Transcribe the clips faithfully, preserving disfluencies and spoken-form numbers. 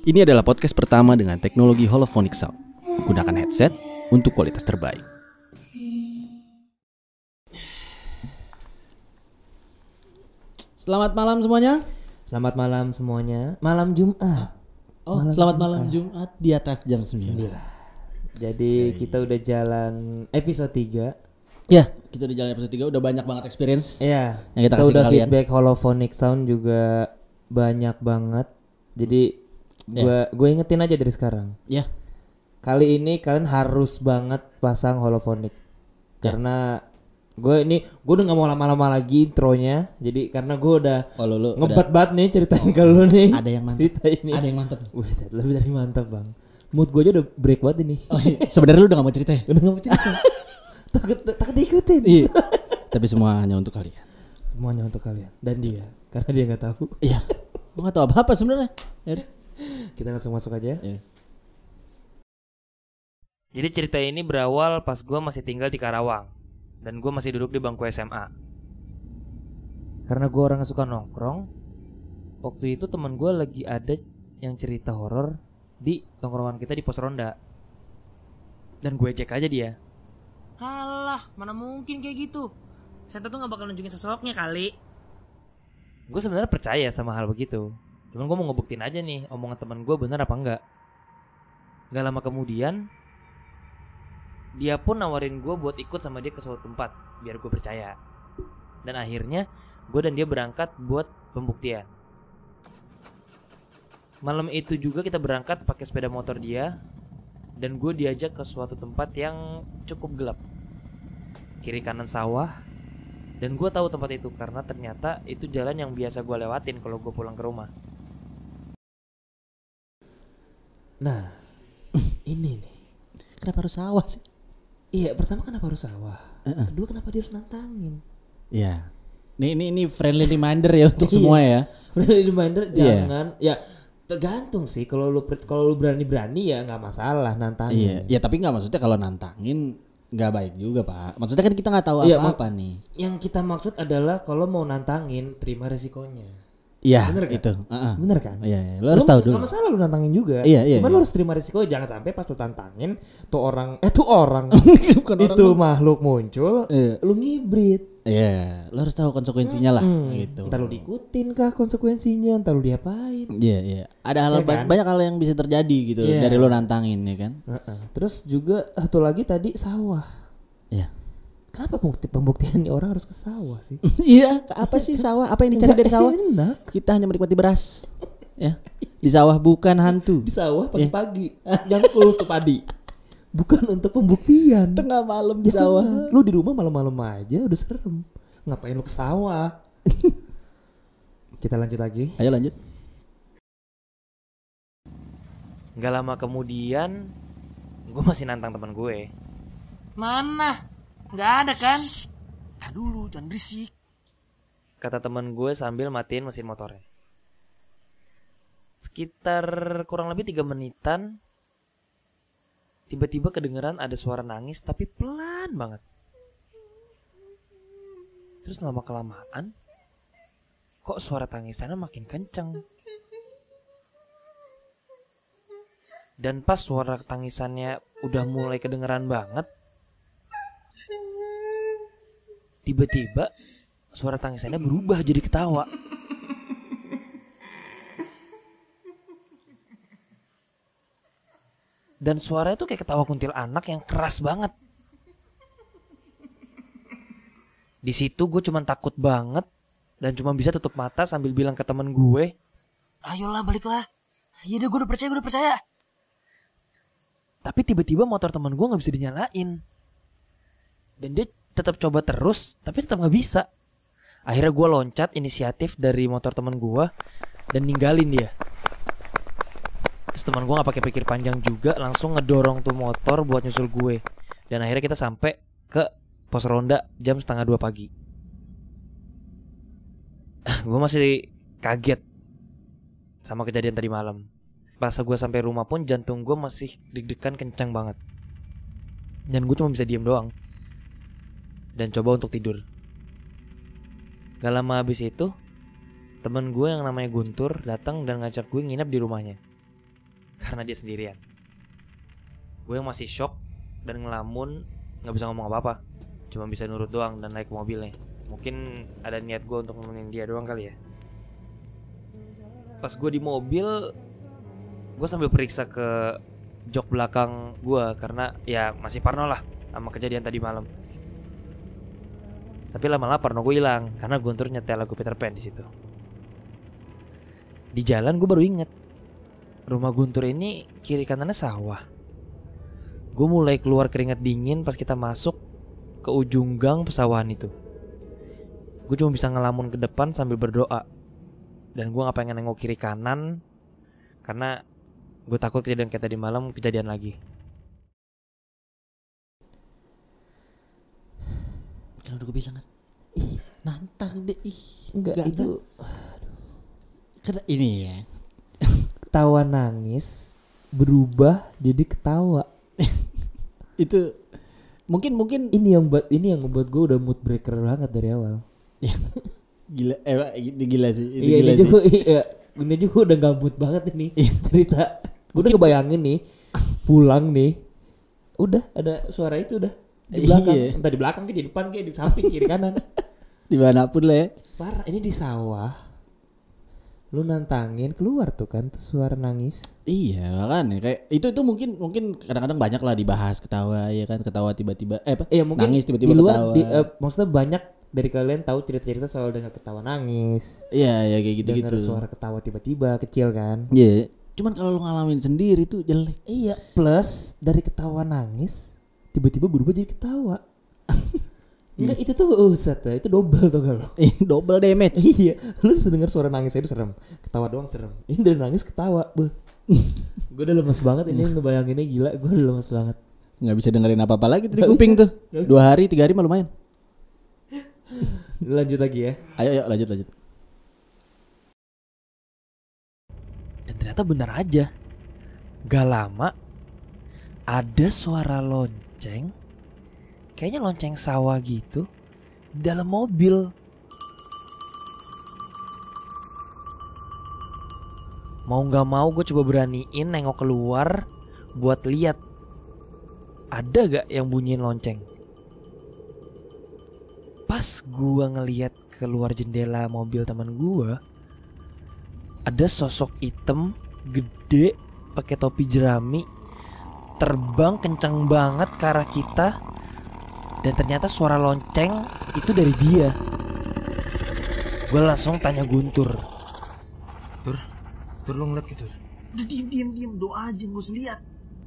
Ini adalah podcast pertama dengan teknologi holophonic sound. Gunakan headset untuk kualitas terbaik. Selamat malam semuanya. Selamat malam semuanya. Malam Jumat. Oh, malam selamat Jumat. malam Jumat di atas jam sembilan. Jadi kita udah jalan episode tiga. Ya, kita udah jalan episode tiga, udah banyak banget experience. Iya. Yang kita Kita kasih udah ke kalian. feedback holophonic sound juga banyak banget. Jadi gua gue ingetin aja dari sekarang. Ya. Kali ini kalian harus banget pasang holophonic. Karena gue ini gue udah nggak mau lama-lama lagi intronya. Jadi karena gue udah Oh, lu, lu ngebat banget nih ceritain ke lu nih. Ada yang mantap. Cerita ini. Ada yang mantap. Wih, lebih dari mantap bang. Mood gue aja udah break banget ini. Oh, iya. Sebenarnya lu udah gak mau cerita ya? Udah gak mau cerita. takut takut diikutin. Iya. Tapi semua hanya untuk kalian. Semuanya untuk kalian dan dia karena dia nggak tahu. Iya. Gua gak tahu apa-apa sebenarnya. Ya. Kita langsung masuk aja. Ya. Jadi cerita ini berawal pas gue masih tinggal di Karawang dan gue masih duduk di bangku S M A. Karena gue orang yang suka nongkrong. Waktu itu teman gue lagi ada yang cerita horor di tongkrongan kita di pos ronda. Dan gue cek aja dia. Halah, mana mungkin kayak gitu. Setan tuh gak bakal nunjukin sosoknya kali. Gue sebenarnya percaya sama hal begitu. Cuman gue mau ngebuktiin aja nih omongan teman gue bener apa enggak. Gak lama kemudian dia pun nawarin gue buat ikut sama dia ke suatu tempat biar gue percaya. Dan akhirnya gue dan dia berangkat buat pembuktian. Malam itu juga kita berangkat pakai sepeda motor dia. Dan gue diajak ke suatu tempat yang cukup gelap. Kiri kanan sawah. Dan gue tahu tempat itu karena ternyata itu jalan yang biasa gue lewatin kalau gue pulang ke rumah. Nah, ini nih. Kenapa harus sawah sih? Iya, pertama kenapa harus sawah? Uh-uh. Kedua kenapa dia harus nantangin? Iya. Ini ini ini friendly reminder ya untuk semua ya. Friendly reminder Iya. jangan ya tergantung sih kalau lu kalau lu berani-berani ya nggak masalah nantangin. Iya. Ya tapi nggak maksudnya kalau nantangin nggak baik juga Pak. Maksudnya kan kita nggak tahu Iya, apa-apa nih. Yang kita maksud adalah kalau mau nantangin terima resikonya. Iya. Bener kan? Itu. Uh-uh. Bener kan? Iya. Iya. Lu harus tahu dulu. Gak masalah lu nantangin juga. Iya, iya, Cuman iya. lu harus terima resiko. Jangan sampai pas lu tantangin tuh orang eh tuh orang Bukan itu orang lu. makhluk muncul, Iya. lu ngibrit. Iya. Lu harus tahu konsekuensinya lah. Hmm, Gitu. Entar lu diikutin kah konsekuensinya, entar lu diapain. Iya, iya. Ada hal Iya ba- kan? banyak hal yang bisa terjadi gitu Iya. dari lo nantangin ya kan? Heeh. Terus juga satu lagi tadi sawah. Iya. Kenapa bukti pembuktian nih orang harus ke sawah sih? Iya, apa sih sawah? Apa yang dicari dari sawah? Enak. Kita hanya menikmati beras. Ya. Di sawah bukan hantu. Di sawah Iya. pagi-pagi. Yang full tuh padi. Bukan untuk pembuktian. Tengah malam di sawah. Lu di rumah malam-malam aja udah serem. Ngapain lu ke sawah? Kita lanjut lagi. Ayo lanjut. Gak lama kemudian gue masih nantang teman gue. Mana? Gak ada kan? Tar dulu, jangan berisik. Kata teman gue sambil matiin mesin motornya. Sekitar kurang lebih tiga menitan. Tiba-tiba kedengeran ada suara nangis tapi pelan banget. Terus lama kelamaan kok suara tangisannya makin kenceng. Dan pas suara tangisannya udah mulai kedengeran banget, tiba-tiba suara tangisannya berubah jadi ketawa. Dan suaranya tuh kayak ketawa kuntilanak yang keras banget. Di situ gue cuman takut banget dan cuma bisa tutup mata sambil bilang ke temen gue, Ayolah baliklah. Iya deh, gue udah percaya, gue udah percaya. tapi tiba-tiba motor teman gue nggak bisa dinyalain. Dan dia tetap coba terus, tapi tetap nggak bisa. Akhirnya gue loncat inisiatif dari motor teman gue dan ninggalin dia. Terus teman gue nggak pakai pikir panjang juga, langsung ngedorong tuh motor buat nyusul gue. Dan akhirnya kita sampai ke pos ronda jam setengah dua pagi. Gue masih kaget sama kejadian tadi malam. Pas gue sampai rumah pun jantung gue masih deg-degan kencang banget. Dan gue cuma bisa diem doang dan coba untuk tidur. Gak lama habis itu temen gue yang namanya Guntur datang dan ngajak gue nginep di rumahnya. karena dia sendirian. Gue yang masih shock dan ngelamun, nggak bisa ngomong apa-apa, cuma bisa nurut doang dan naik mobilnya. Mungkin ada niat gue untuk nemenin dia doang kali ya. Pas gue di mobil, gue sambil periksa ke jok belakang gue karena ya masih parno lah sama kejadian tadi malam. Tapi lama-lama parno gue hilang karena Guntur nyetel lagu Peter Pan di situ. Di jalan gue baru inget rumah Guntur ini kiri kanannya sawah. Gue mulai keluar keringat dingin pas kita masuk ke ujung gang pesawahan itu. Gue cuma bisa ngelamun ke depan sambil berdoa. Dan gue gak pengen nengok kiri kanan karena gue takut kejadian kayak tadi malam kejadian lagi. Kan udah gue bilang kan, ih nantang deh, ih Enggak, Nggak, itu karena ini ya. ketawa nangis berubah jadi ketawa. Itu mungkin mungkin Ini yang buat ini yang membuat gue udah mood breaker banget dari awal. gila, eh itu gila sih, itu Iya gila ini sih. juga, iya, ini juga udah gabut banget ini cerita. Gue udah kebayangin nih pulang nih, udah ada suara itu udah di belakang, Iya. entah di belakang kayak di depan kayak di samping kiri kanan. Dimanapun lah ya. Parah, ini di sawah. Lu nantangin keluar tuh kan tuh suara nangis. Iya kan ya kayak itu itu mungkin mungkin kadang-kadang banyak lah dibahas ketawa ya kan, ketawa tiba-tiba eh apa Iya mungkin nangis tiba-tiba di luar, ketawa. di, eh, maksudnya banyak dari kalian tahu cerita-cerita soal dengar ketawa nangis, Iya ya kayak gitu-gitu. dengar suara ketawa tiba-tiba kecil kan. Iya. Cuman kalau lu ngalamin sendiri tuh jelek. Iya, plus dari ketawa nangis tiba-tiba berubah jadi ketawa. Enggak, itu tuh uh, set, ya, itu double tuh kalau. Double damage. Iya, lu dengar suara nangis itu serem, ketawa doang serem. Ini dari nangis ketawa, beuh. Gue udah lemes banget ini ngebayanginnya, gila, gue udah lemes banget. Nggak bisa dengerin apa-apa lagi tuh di kuping tuh. Dua hari tiga hari mah lumayan. Lanjut lagi ya. Ayo ayo lanjut lanjut. Dan ternyata benar aja. Gak lama ada suara lonceng, kayaknya lonceng sawah gitu, di dalam mobil. Mau gak mau gue coba beraniin nengok keluar buat lihat ada gak yang bunyiin lonceng. Pas gue ngeliat keluar jendela mobil teman gue, ada sosok hitam gede pakai topi jerami terbang kencang banget ke arah kita. Dan ternyata suara lonceng itu dari dia. Gue langsung tanya Guntur, Tur, Tur lo ngeliat gitu? Udah diem diem diem, doa aja gak usah lihat.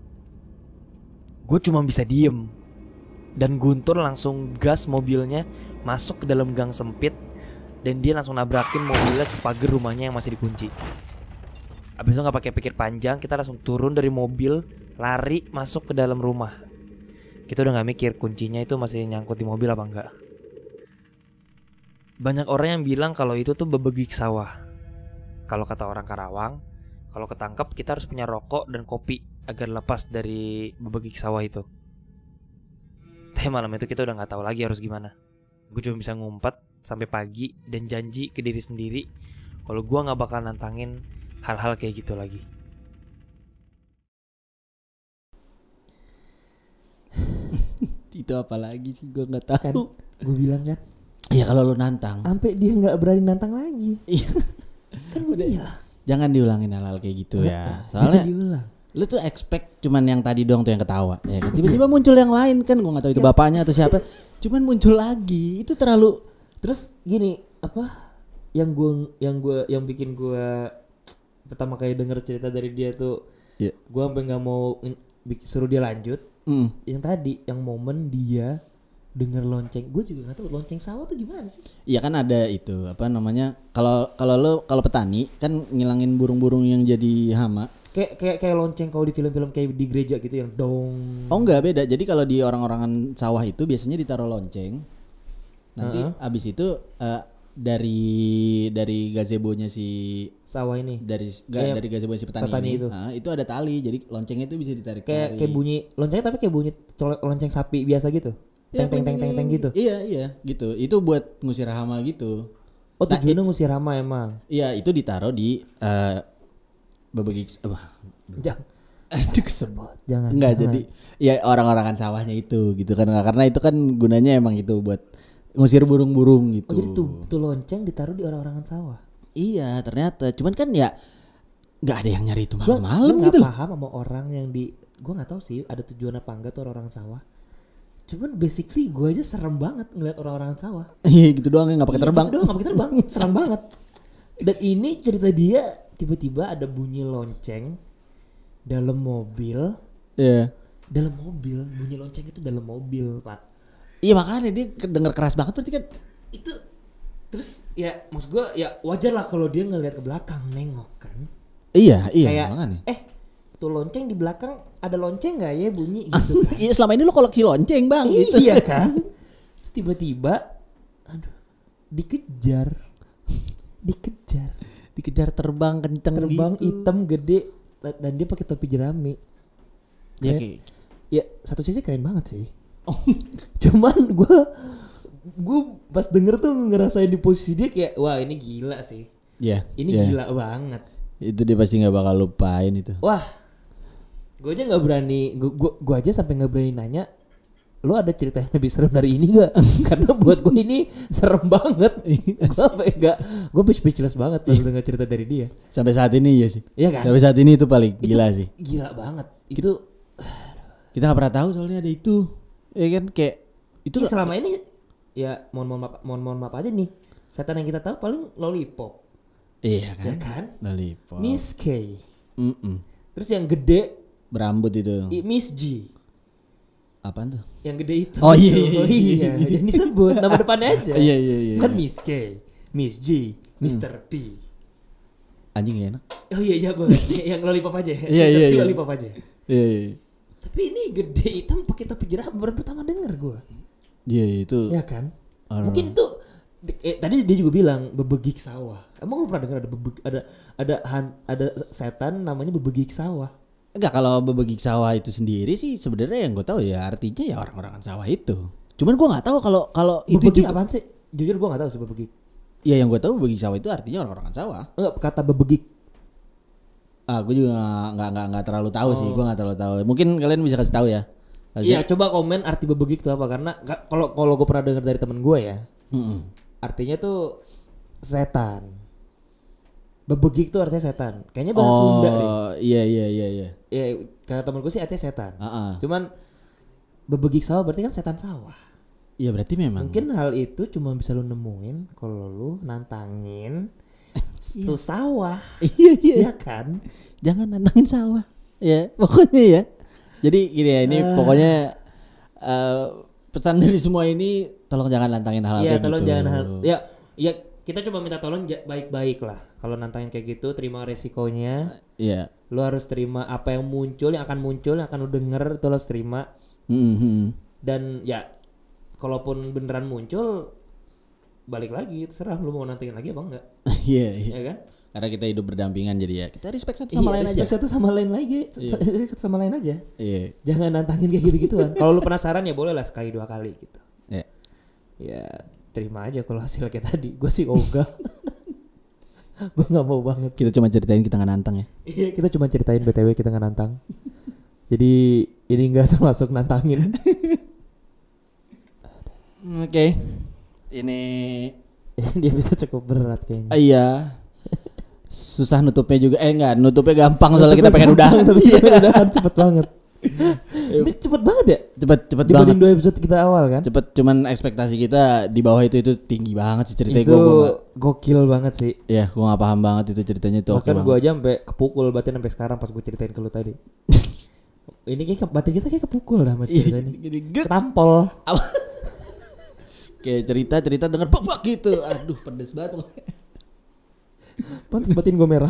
Gue cuma bisa diem. Dan Guntur langsung gas mobilnya masuk ke dalam gang sempit. Dan dia langsung nabrakin mobilnya ke pagar rumahnya yang masih dikunci. Abis itu gak pakai pikir panjang, kita langsung turun dari mobil, lari masuk ke dalam rumah. Kita udah gak mikir kuncinya itu masih nyangkut di mobil apa enggak. Banyak orang yang bilang kalau itu tuh bebegik sawah. Kalau kata orang Karawang, kalau ketangkep kita harus punya rokok dan kopi agar lepas dari bebegik sawah itu. Tapi malam itu kita udah gak tahu lagi harus gimana. Gue cuma bisa ngumpet sampai pagi dan janji ke diri sendiri kalau gue gak bakal nantangin hal-hal kayak gitu lagi. Itu apa lagi sih gue nggak tahu. Kan gue bilang kan, Iya kalau lu nantang. sampai dia nggak berani nantang lagi. Iya. Kan gue bilang. Jangan diulangin hal-hal kayak gitu ya. Jangan Soalnya diulang. lu tuh expect cuman yang tadi doang tuh yang ketawa ya kan. Tiba-tiba muncul yang lain kan, gua nggak tahu itu bapaknya atau siapa. Cuman muncul lagi. Itu terlalu. Terus gini, apa yang gue yang gue yang bikin gue pertama kali denger cerita dari dia tuh, Iya. gue sampai nggak mau in- bik- suruh dia lanjut. Mm. Yang tadi, yang momen dia denger lonceng, gue juga nggak tahu lonceng sawah tuh gimana sih? Iya kan ada itu apa namanya, kalau kalau lu kalau petani kan ngilangin burung-burung yang jadi hama. Kayak kayak kayak lonceng kalau di film-film kayak di gereja gitu yang dong. Oh enggak, beda. Jadi kalau di orang-orangan sawah itu biasanya ditaruh lonceng. Nanti Uh-uh. abis itu eh, dari dari gazebo-nya si Sawah ini. dari ga, Kayak dari gazebo si petani, petani ini itu. ah, itu ada tali, jadi loncengnya itu bisa ditarik Kayak tarik. kayak bunyi loncengnya tapi kayak bunyi colo- lonceng sapi biasa gitu. Ya, Teng teng teng teng teng gitu. Iya iya gitu. Itu buat ngusir hama gitu. Oh Nah, tujuannya ngusir hama emang. Iya itu ditaruh di uh, bebegik apa Jangan. Aduh kesebut. Jangan. Enggak jangan. jadi ya orang-orangan sawahnya itu gitu kan karena itu kan gunanya emang itu buat ngusir burung-burung gitu. Oh, jadi tuh, tuh lonceng ditaruh di orang-orangan sawah. Iya ternyata cuman kan ya nggak ada yang nyari itu Gua malam-malam gua gitu nggak loh. paham sama orang yang di gue nggak tahu sih ada tujuan apa enggak tuh orang-orang sawah. Cuman basically gue aja serem banget ngeliat orang-orang sawah. Iya gitu doang ya nggak pakai terbang. Gitu doang nggak pakai terbang, serem banget. Dan ini cerita dia tiba-tiba ada bunyi lonceng dalam mobil. Iya. Dalam mobil, bunyi lonceng itu dalam mobil, Pak. Iya makanya dia kedenger keras banget berarti kan. Itu terus ya maksud gue ya wajar lah kalau dia ngeliat ke belakang nengok kan. Iya iya Kayak makanya. eh tuh lonceng di belakang ada lonceng nggak ya bunyi gitu kan. Iya selama ini lo koleksi lonceng bang. Gitu. Iya kan. Terus tiba-tiba, aduh, dikejar, dikejar, Dikejar terbang kenceng terbang gitu. hitam gede dan dia pakai topi jerami. Ya, Kayak- kayak- Ya satu sisi keren banget sih. Cuman gue, gue pas denger tuh ngerasain di posisi dia kayak wah ini gila sih. Iya. Ini iya. gila banget. Itu dia pasti nggak bakal lupain itu. Wah, gue aja nggak berani, gue gue aja sampai nggak berani nanya, lo ada cerita yang lebih serem dari ini gak? Karena buat gue ini serem banget. Gue sampai nggak, gue speechless banget pas dengar cerita dari dia. Sampai saat ini ya sih. Iya kan? Sampai saat ini itu paling Itu gila sih. Gila banget. Itu Kita nggak pernah tahu soalnya ada itu. Ya kan kayak itu itu selama ini ya mohon mohon maaf, mohon mohon maaf aja nih. Setan yang kita tahu paling lollipop, Iya kan. ya kan? Lollipop. Miss K. Mm-mm. Terus yang gede Berambut itu. i- Miss G. Apaan tuh? Yang gede itu. Oh, iya, Oh, iya, iya. Jangan disebut nama depannya aja. Iya iya iya. Kan Miss K, Miss G, mister P. Anjing gak enak. Oh iya iya boleh. Yang lollipop aja. ya? Iya, iya, Tapi iya. Lollipop aja. Iya iya. Tapi ini gede hitam pakai topi jerami baru pertama denger gue. Iya iya, itu. Ya kan? Orang- Mungkin itu eh, tadi dia juga bilang bebegik sawah. Emang lu pernah dengar ada bebeg, ada ada han- ada setan namanya bebegik sawah? Enggak kalau bebegik sawah itu sendiri sih sebenarnya yang gue tahu ya artinya ya orang-orangan sawah itu. Cuman gue nggak tahu kalau kalau itu Bebegik juga. apaan sih? Jujur gue nggak tahu sih bebegik. Iya yang gue tahu bebegik sawah itu artinya orang-orangan sawah. Enggak kata bebegik. Ah gue juga nggak nggak nggak terlalu tahu sih. Gue nggak terlalu tahu. Mungkin kalian bisa kasih tahu ya. Kasih- Iya coba komen arti bebegik itu apa karena ka- kalau kalau gue pernah dengar dari temen gue ya. Mm-mm. Artinya tuh setan. Bebegik tuh artinya setan. Kayaknya bahasa Oh Sunda deh. iya iya iya iya. Ya kata temen gue sih artinya setan. Ah, ah. Cuman bebegik sawah berarti kan setan sawah. Iya berarti memang. Mungkin hal itu cuma bisa lu nemuin kalau lu nantangin tuh sawah. Iya iya. Iya kan? Jangan nantangin sawah. Ya pokoknya ya. Jadi gini ya ini Ah. pokoknya eh, pesan dari semua ini tolong jangan nantangin hal Iya, kayak tolong gitu. jangan hal. Ya, ya kita cuma minta tolong ja- baik-baik lah. Kalau nantangin kayak gitu, terima resikonya. Iya. Lu harus terima apa yang muncul, yang akan muncul, yang akan lu denger, itu lu harus terima. Mm-hmm. Dan ya, kalaupun beneran muncul, balik lagi, terserah lu mau nantangin lagi apa enggak, Iya iya. ya kan? Karena kita hidup berdampingan jadi ya kita respect satu sama Iya, lain aja. respect satu sama lain lagi, Iya. satu sama lain aja. Iya. Jangan nantangin kayak gitu-gituan. Kalau lu penasaran ya boleh lah sekali dua kali gitu. Iya. Ya terima aja kalau hasil kayak tadi. Gue sih ogah. Gue nggak mau banget. Kita cuma ceritain kita nggak nantang ya. Iya kita cuma ceritain B T W kita nggak nantang. Jadi ini nggak termasuk nantangin. Oke. Ini Dia bisa cukup berat kayaknya. ah, iya. Susah nutupnya juga. Eh enggak, nutupnya gampang soalnya kita pengen udah. Tapi kita pengen udahan cepet banget. Ini cepet banget ya. Cepet cepet banget. Dibanding dua episode kita awal kan. Cepet cuman ekspektasi kita di bawah itu itu tinggi banget sih ceritanya. Itu Gua gua nggak- gokil banget sih. ya gua nggak paham banget itu ceritanya itu oke Bahkan banget. gue aja sampai kepukul batin sampai sekarang pas gue ceritain ke lu tadi. Ini kayak ke- batin kita kayak kepukul dah sama cerita ini. Gini, gek. Ketampol. Kayak cerita-cerita denger bak gitu. Aduh, pedes banget. Pantes batin gue merah.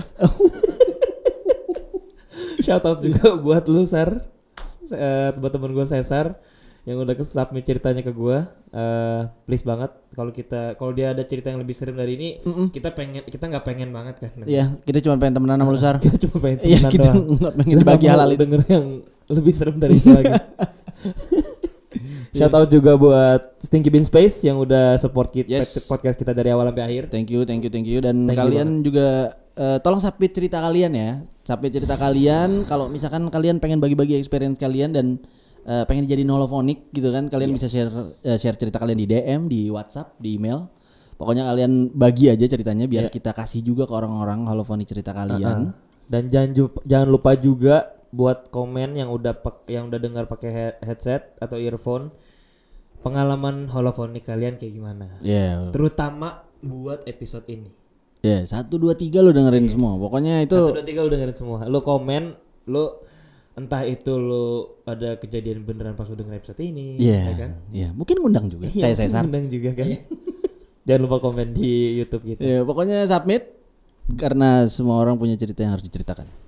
Shout out juga buat lu Sar, Eh, buat temen gue Cesar yang udah ke-submit ceritanya ke gue. Eh, please banget kalau kita kalau dia ada cerita yang lebih serem dari ini, kita pengen kita nggak pengen banget kan. Iya, kita cuma pengen temenan sama lu Sar. Kita cuma pengen Iya, temenan kita doang. nggak pengen Kita nggak bagi mau halal itu. denger yang lebih serem dari itu lagi. Shout out juga buat Stinky Bean Space yang udah support kita Yes. podcast kita dari awal sampai akhir. Thank you, thank you, thank you. Dan Thank you kalian juga eh, tolong submit cerita kalian ya. Submit cerita kalian. Kalau misalkan kalian pengen bagi-bagi experience kalian dan eh, pengen jadi nolofonik gitu kan, kalian bisa share eh, share cerita kalian di D M, di WhatsApp, di email. Pokoknya kalian bagi aja ceritanya biar Yeah. kita kasih juga ke orang-orang holofonik cerita kalian. Dan jangan ju- jangan lupa juga buat komen yang udah pak- yang udah dengar pakai he- headset atau earphone, pengalaman holofonik kalian kayak gimana? Ya, Terutama buat episode ini. ya satu dua tiga lo dengerin semua. Pokoknya itu Satu dua tiga lu dengerin semua. Lu komen, lu entah itu lu ada kejadian beneran pas lu denger episode ini, Iya, ya kan? iya. Mungkin ngundang juga. Iya, Kayak Cesar. undang juga kan. Jangan lupa komen di YouTube gitu. Ya, pokoknya submit karena semua orang punya cerita yang harus diceritakan.